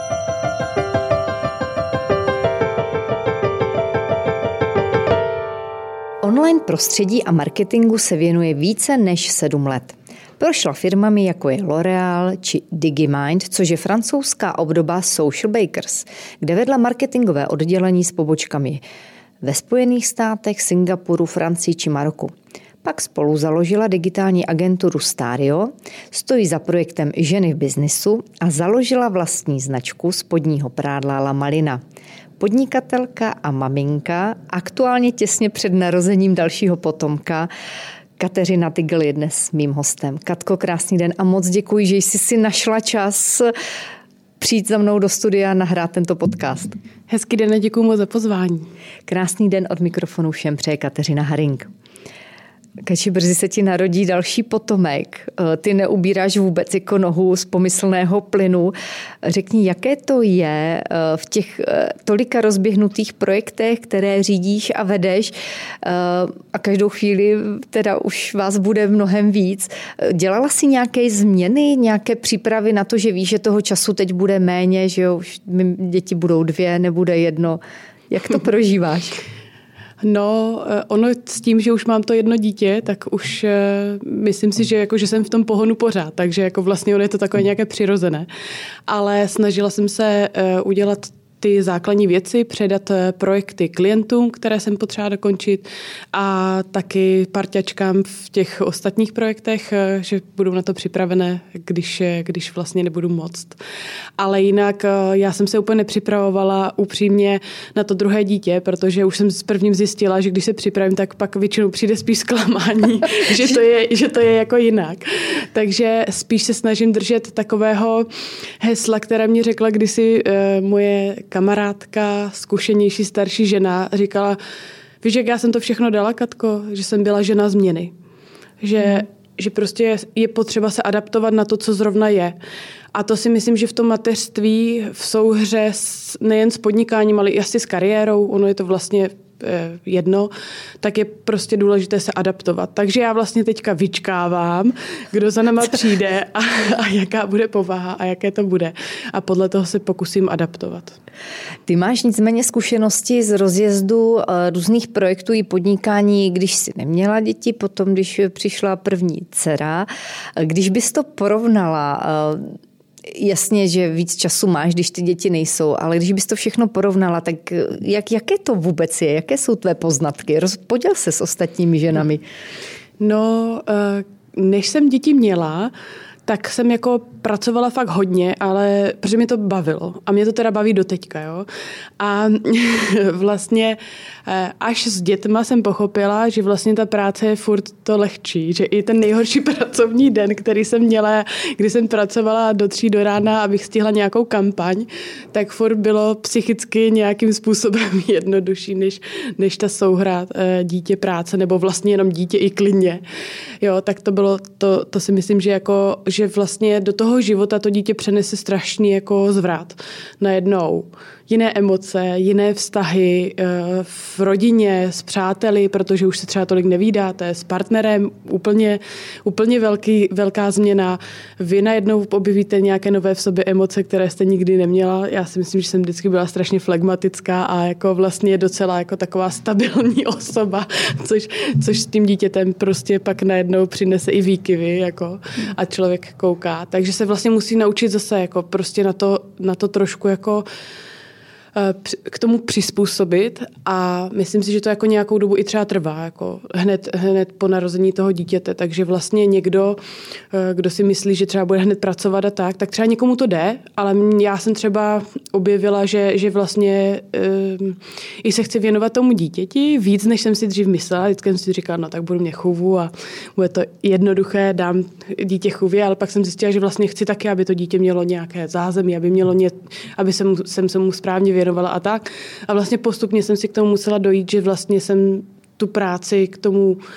Online prostředí a marketingu se věnuje více než 7 let. Prošla firmami jako je L'Oréal či DigiMind, což je francouzská obdoba Social Bakers, kde vedla marketingové oddělení s pobočkami ve Spojených státech, Singapuru, Francii či Maroku. Pak spolu založila digitální agenturu Stario, stojí za projektem Ženy v biznisu a založila vlastní značku spodního prádla La Malina. Podnikatelka a maminka, aktuálně těsně před narozením dalšího potomka, Kateřina Tigl je dnes mým hostem. Katko, krásný den a moc děkuji, že jsi si našla čas přijít za mnou do studia a nahrát tento podcast. Hezký den a děkuji moc za pozvání. Krásný den od mikrofonu všem přeje Kateřina Haring. Kači, brzy se ti narodí další potomek. Ty neubíráš vůbec jako nohu z pomyslného plynu. Řekni, jaké to je v těch tolika rozběhnutých projektech, které řídíš a vedeš a každou chvíli teda už vás bude mnohem víc. Dělala jsi nějaké změny, nějaké přípravy na to, že víš, že toho času teď bude méně, že jo, už děti budou 2, nebude 1. Jak to prožíváš? No, ono s tím, že už mám to 1 dítě, tak už myslím si, že jsem v tom pohonu pořád, takže jako vlastně ono je to takové nějaké přirozené. Ale snažila jsem se udělat ty základní věci, předat projekty klientům, které jsem potřeba dokončit a taky parťačkám v těch ostatních projektech, že budou na to připravené, když vlastně nebudu moct. Ale jinak já jsem se úplně nepřipravovala upřímně na to druhé dítě, protože už jsem s prvním zjistila, že když se připravím, tak pak většinou přijde spíš zklamání, že to je jako jinak. Takže spíš se snažím držet takového hesla, které mě řekla kdysi moje kamarádka, zkušenější starší žena, říkala, víš, jak já jsem to všechno dala, Katko, že jsem byla žena změny. Že prostě je potřeba se adaptovat na to, co zrovna je. A to si myslím, že v tom mateřství v souhře nejen s podnikáním, ale i asi s kariérou, ono je to vlastně jedno, tak je prostě důležité se adaptovat. Takže já vlastně teďka vyčkávám, kdo za náma přijde a jaká bude povaha a jaké to bude. A podle toho se pokusím adaptovat. Ty máš nicméně zkušenosti z rozjezdu různých projektů i podnikání, když jsi neměla děti, potom když přišla první dcera. Když bys to porovnala, jasně, že víc času máš, když ty děti nejsou, ale když bys to všechno porovnala, tak jaké to vůbec je? Jaké jsou tvé poznatky? Poděl se s ostatními ženami. No, než jsem děti měla, tak jsem jako pracovala fakt hodně, ale protože mě to bavilo. A mě to teda baví doteďka, jo. A vlastně až s dětma jsem pochopila, že vlastně ta práce je furt to lehčí. Že i ten nejhorší pracovní den, který jsem měla, kdy jsem pracovala do 3 do rána, abych stihla nějakou kampaň, tak furt bylo psychicky nějakým způsobem jednodušší, než ta souhra dítě práce, nebo vlastně jenom dítě i klidně. Jo, tak to bylo, to si myslím, že vlastně do toho života to dítě přenese strašný jako zvrat. Najednou jiné emoce, jiné vztahy v rodině, s přáteli, protože už se třeba tolik nevídáte, s partnerem, úplně velká změna. Vy najednou objevíte nějaké nové v sobě emoce, které jste nikdy neměla. Já si myslím, že jsem vždycky byla strašně flegmatická a jako vlastně docela jako taková stabilní osoba, což s tím dítětem prostě pak najednou přinese i výkyvy jako, a člověk kouká. Takže se vlastně musí naučit zase jako prostě na to trošku jako k tomu přizpůsobit a myslím si, že to jako nějakou dobu i třeba trvá, jako hned po narození toho dítěte, takže vlastně někdo, kdo si myslí, že třeba bude hned pracovat a tak třeba někomu to jde, ale já jsem třeba objevila, že vlastně i se chci věnovat tomu dítěti víc, než jsem si dřív myslela. Vždycky jsem si říkala, no tak budu mě chůvu a bude to jednoduché, dám dítě chůvě, ale pak jsem zjistila, že vlastně chci taky, aby to dítě mělo nějaké zázemí, aby jsem se mu správně věnovala a tak. A vlastně postupně jsem si k tomu musela dojít, že vlastně jsem tu práci k tomu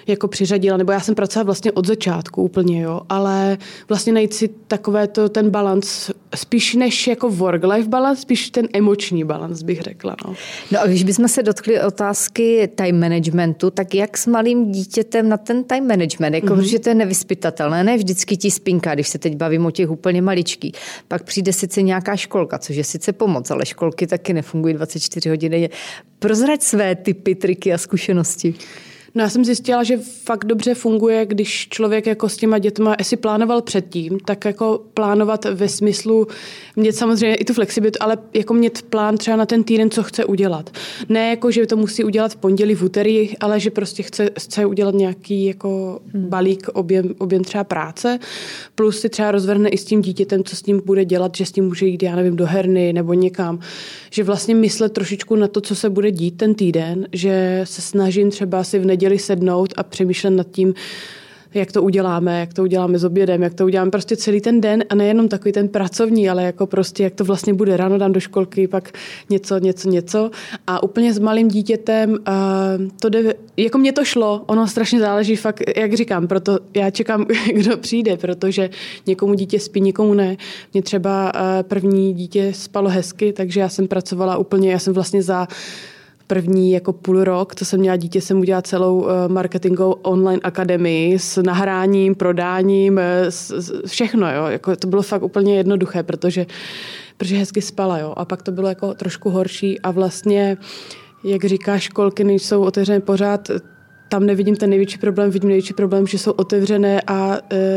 jako přiřadila, nebo já jsem pracovala vlastně od začátku úplně, jo, ale vlastně najít si ten balans, spíš než jako work-life balance, spíš ten emoční balans, bych řekla. No a když bychom se dotkli otázky time managementu, tak jak s malým dítětem na ten time management, jako protože to je nevyzpytatelné, ne vždycky ti spinká, když se teď bavím o těch úplně maličkých. Pak přijde sice nějaká školka, což je sice pomoc, ale školky taky nefungují 24 hodin. Prozrať své tipy, triky a zkušenosti. No já jsem zjistila, že fakt dobře funguje, když člověk jako s těma dětma, jestli plánoval předtím, tak jako plánovat ve smyslu mít samozřejmě i tu flexibilitu, ale jako mít plán třeba na ten týden, co chce udělat. Ne jako, že to musí udělat v pondělí, v úterý, ale že prostě chce udělat nějaký jako balík, objem třeba práce, plus si třeba rozvrhne i s tím dítětem, co s ním bude dělat, že s ním může jít, já nevím, do herny nebo někam. Že vlastně myslet trošičku na to, co se bude dít ten týden, že se snažím třeba si v neděli sednout a přemýšlet nad tím, jak to uděláme s obědem, jak to uděláme prostě celý ten den a nejenom takový ten pracovní, ale jako prostě, jak to vlastně bude. Ráno dám do školky, pak něco. A úplně s malým dítětem to jde, jako mě to šlo, ono strašně záleží fakt, jak říkám, proto já čekám, kdo přijde, protože někomu dítě spí, někomu ne. Mě třeba první dítě spalo hezky, takže já jsem jsem vlastně za první jako půl rok, co jsem měla dítě, jsem udělala celou marketingovou online akademii s nahráním, prodáním, všechno, jo. Jako to bylo fakt úplně jednoduché, protože hezky spala, jo. A pak to bylo jako trošku horší a vlastně, jak říká, školky nejsou otevřené pořád, tam nevidím ten největší problém, vidím největší problém, že jsou otevřené a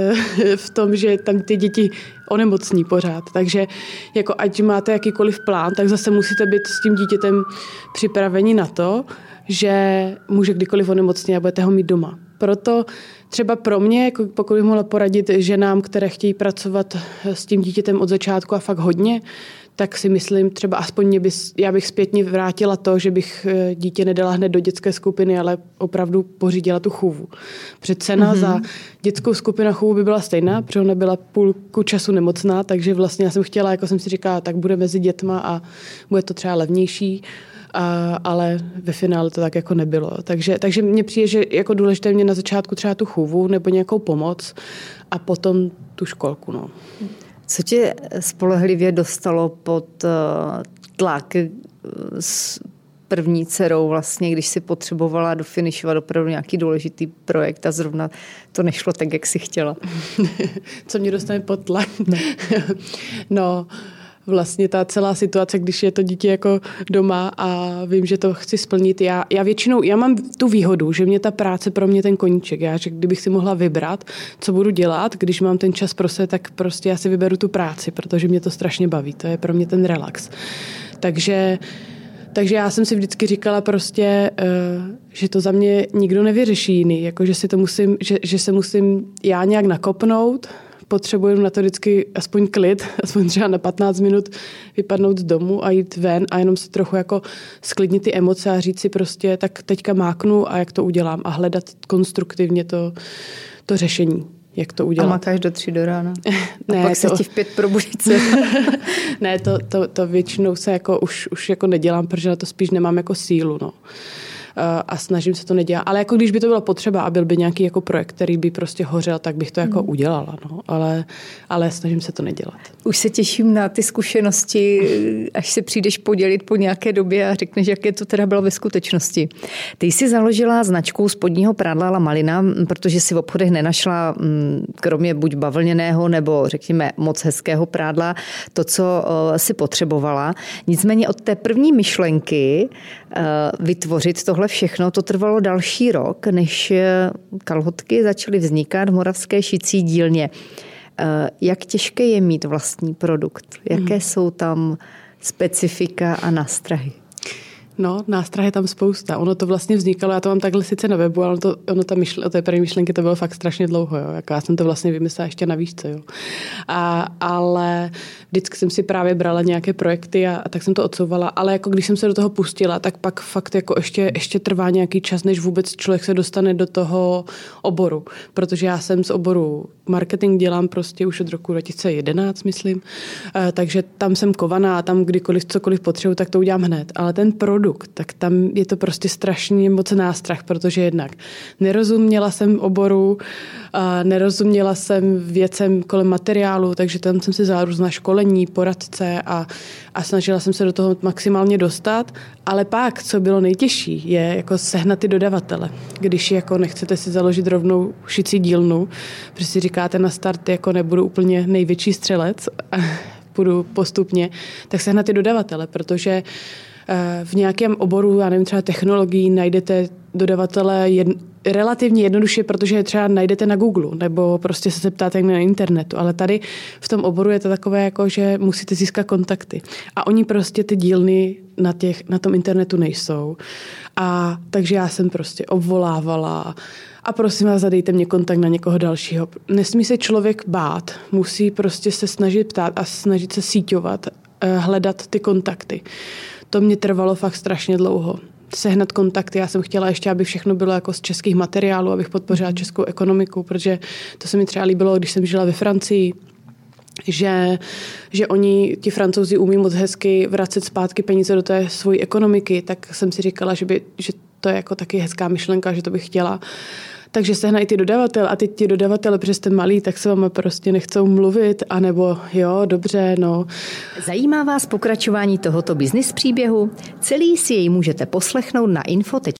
v tom, že tam ty děti onemocní pořád. Takže jako ať máte jakýkoliv plán, tak zase musíte být s tím dítětem připraveni na to, že může kdykoliv onemocnit a budete ho mít doma. Proto třeba pro mě, jako pokud bych mohla poradit ženám, které chtějí pracovat s tím dítětem od začátku a fakt hodně, tak si myslím, třeba aspoň já bych zpětně vrátila to, že bych dítě nedala hned do dětské skupiny, ale opravdu pořídila tu chůvu. Protože cena za dětskou skupinu chůvu by byla stejná, protože ona byla půlku času nemocná, takže vlastně já jsem chtěla, jako jsem si říkala, tak bude mezi dětma a bude to třeba levnější, ale ve finále to tak jako nebylo. Takže mně přijde, že jako důležité mě na začátku třeba tu chůvu nebo nějakou pomoc a potom tu školku. No. Co tě spolehlivě dostalo pod tlak s první dcerou, vlastně, když si potřebovala dofinišovat opravdu nějaký důležitý projekt a zrovna to nešlo tak, jak si chtěla? Co mě dostane pod tlak? No, vlastně ta celá situace, když je to dítě jako doma a vím, že to chci splnit. Já mám tu výhodu, že mě ta práce pro mě ten koníček. Že kdybych si mohla vybrat, co budu dělat, když mám ten čas pro se, tak prostě já si vyberu tu práci, protože mě to strašně baví. To je pro mě ten relax. Takže já jsem si vždycky říkala prostě, že to za mě nikdo nevyřeší jiný. Jako, že se musím já nějak nakopnout, potřebuji na to vždycky aspoň klid, aspoň třeba na 15 minut vypadnout z domu a jít ven a jenom si trochu jako sklidnit ty emoce a říct si prostě, tak teďka máknu a jak to udělám a hledat konstruktivně to řešení, jak to udělat. A makáš do 3 do rána? Ne, a pak se ti v 5 probudit se. Ne, to většinou se jako už jako nedělám, protože na to spíš nemám jako sílu, no. A snažím se to nedělat. Ale jako když by to bylo potřeba a byl by nějaký jako projekt, který by prostě hořel, tak bych to jako udělala. No. Ale snažím se to nedělat. Už se těším na ty zkušenosti, až se přijdeš podělit po nějaké době a řekneš, jaké to teda bylo ve skutečnosti. Ty jsi založila značku spodního prádla La Malina, protože si v obchodech nenašla, kromě buď bavlněného nebo řekněme moc hezkého prádla, to, co si potřebovala. Nicméně od té první myšlenky vytvořit tohle všechno, to trvalo další rok, než kalhotky začaly vznikat v moravské šicí dílně. Jak těžké je mít vlastní produkt? Jaké jsou tam specifika a nástrahy? No, nástrah je tam spousta. Ono to vlastně vznikalo, já to mám takhle sice na webu, ale o té první myšlenky to bylo fakt strašně dlouho. Jo. Jako já jsem to vlastně vymyslela ještě na výšce. Jo. Ale vždycky jsem si právě brala nějaké projekty a tak jsem to odsouvala. Ale jako když jsem se do toho pustila, tak pak fakt jako ještě trvá nějaký čas, než vůbec člověk se dostane do toho oboru. Protože já jsem z oboru marketing dělám prostě už od roku 2011, myslím. Takže tam jsem kovaná a tam kdykoliv cokoliv potřebuji, tak to udělám hned. Ale ten produkt produkt, tak tam je to prostě strašně moc nástrah, protože jednak nerozuměla jsem oboru, nerozuměla jsem věcem kolem materiálu, takže tam jsem si vzala různá školení, poradce a snažila jsem se do toho maximálně dostat, ale pak, co bylo nejtěžší, je jako sehnat ty dodavatele. Když jako nechcete si založit rovnou šicí dílnu, protože si říkáte na start, jako nebudu úplně největší střelec, půjdu postupně, tak sehnat ty dodavatele, protože v nějakém oboru, já nevím, třeba technologií, najdete dodavatele relativně jednoduše, protože je třeba najdete na Google, nebo prostě se zeptáte na internetu, ale tady v tom oboru je to takové, jako, že musíte získat kontakty. A oni prostě ty dílny na tom internetu nejsou. A takže já jsem prostě obvolávala a prosím vás, zadejte mě kontakt na někoho dalšího. Nesmí se člověk bát, musí prostě se snažit ptát a snažit se síťovat, hledat ty kontakty. To mě trvalo fakt strašně dlouho. Sehnat kontakty. Já jsem chtěla ještě, aby všechno bylo jako z českých materiálů, abych podpořila českou ekonomiku, protože to se mi třeba líbilo, když jsem žila ve Francii, že oni, ti Francouzi, umí moc hezky vracet zpátky peníze do té svojí ekonomiky, tak jsem si říkala, že to je jako taky hezká myšlenka, že to bych chtěla. Takže sehnají ty dodavatele a teď ti dodavatele, protože jste malí, tak se vám prostě nechcou mluvit, anebo jo, dobře, no. Zajímá vás pokračování tohoto business příběhu? Celý si jej můžete poslechnout na info.cz.